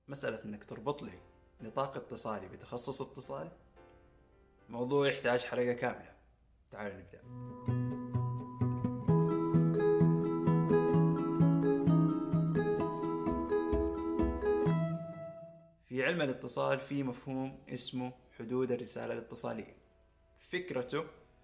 مسألة انك تربط لي نطاق اتصالي بتخصص اتصال موضوع يحتاج حلقة كاملة. تعالوا نبدأ. في علم الاتصال في مفهوم اسمه حدود الرسالة الاتصالية. فكرته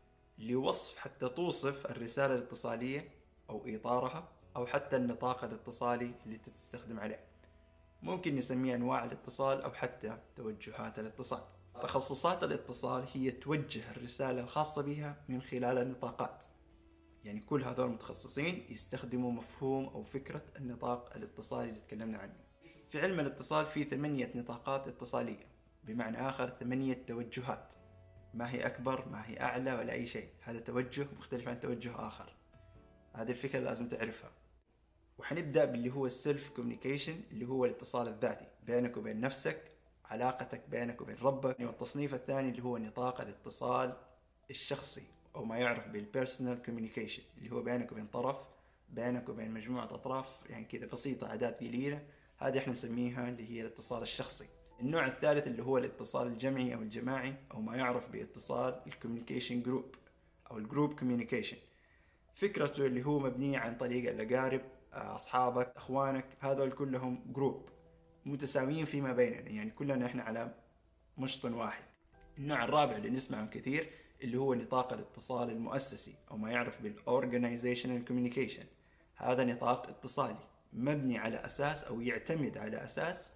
لوصف حتى توصف الرسالة الاتصالية أو إطارها أو حتى النطاق الاتصالي اللي تستخدم عليه. ممكن نسميه أنواع الاتصال أو حتى توجهات الاتصال. تخصصات الاتصال هي توجه الرسالة الخاصة بها من خلال النطاقات، يعني كل هذول المتخصصين يستخدموا مفهوم أو فكرة النطاق الاتصالي اللي تكلمنا عنه. في علم الاتصال في 8 نطاقات اتصالية، بمعنى آخر 8 توجهات، ما هي أكبر ما هي أعلى ولا أي شيء، هذا توجه مختلف عن توجه آخر. هذه الفكرة لازم تعرفها. وحنبدأ باللي هو السيلف كوميونيكيشن، اللي هو الاتصال الذاتي بينك وبين نفسك، علاقتك بينك وبين ربك. والتصنيف الثاني اللي هو نطاق الاتصال الشخصي أو ما يعرف بالبيرسونال كوميونيكيشن، اللي هو بينك وبين طرف، بينك وبين مجموعة أطراف يعني كذا بسيطة، أعداد قليلة، هذه احنا نسميها اللي هي الاتصال الشخصي. النوع الثالث اللي هو الاتصال الجمعي أو الجماعي أو ما يعرف باتصال الكوميونيكيشن جروب أو الجروب كوميونيكيشن. فكرته اللي هو مبنية عن طريق الأقارب، أصحابك، أخوانك، هذول كلهم جروب متساويين فيما بيننا، يعني كلنا إحنا على مشط واحد. النوع الرابع اللي نسمعه كثير اللي هو نطاق الاتصال المؤسسي أو ما يعرف بالأورجنايزيشنال كوميونيكيشن. هذا نطاق اتصالي مبني على أساس أو يعتمد على أساس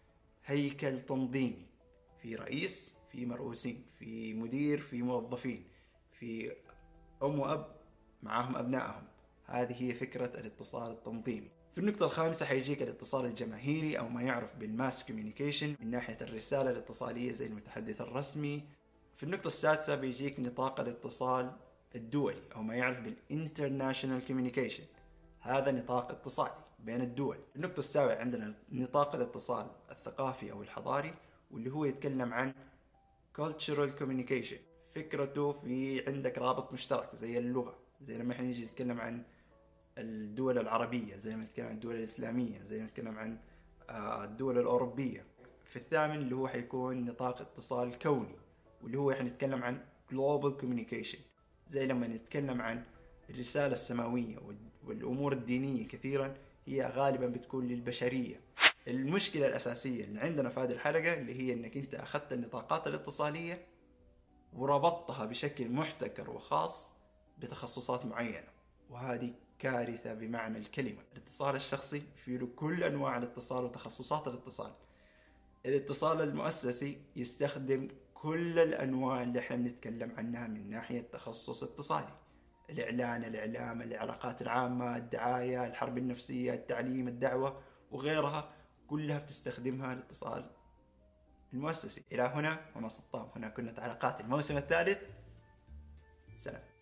هيكل تنظيمي، في رئيس، في مرؤوسين، في مدير، في موظفين، في أم وأب معاهم أبنائهم. هذه هي فكرة الاتصال التنظيمي. في النقطة الخامسة حيجيك الاتصال الجماهيري أو ما يعرف بالماس كوميونيكيشن من ناحية الرسالة الاتصالية زي المتحدث الرسمي. في النقطة السادسة بيجيك نطاق الاتصال الدولي أو ما يعرف بالانترناشنال كوميونيكيشن، هذا نطاق اتصالي بين الدول. النقطة السابعة عندنا نطاق الاتصال الثقافي أو الحضاري، واللي هو يتكلم عن cultural communication. فكرته في عندك رابط مشترك زي اللغة، زي لما احنا نيجي نتكلم عن الدول العربية، زي ما نتكلم عن الدول الإسلامية، زي ما نتكلم عن الدول الأوروبية. في الثامن اللي هو حيكون نطاق اتصال كوني، واللي هو احنا نتكلم عن global communication، زي لما نتكلم عن الرسالة السماوية والأمور الدينية كثيرا هي غالبا بتكون للبشرية. المشكلة الأساسية اللي عندنا في هذه الحلقة اللي هي انك انت أخذت النطاقات الاتصالية وربطتها بشكل محتكر وخاص بتخصصات معينة، وهذه كارثة بمعنى الكلمة. الاتصال الشخصي فيه له كل أنواع الاتصال وتخصصات الاتصال. الاتصال المؤسسي يستخدم كل الأنواع اللي احنا بنتكلم عنها من ناحية تخصص اتصالي: الإعلان، الإعلام، العلاقات العامة، الدعاية، الحرب النفسية، التعليم، الدعوة وغيرها، كلها بتستخدمها الاتصال المؤسسي. إلى هنا وما سطام، هنا كنا تعليقات الموسم الثالث. سلام.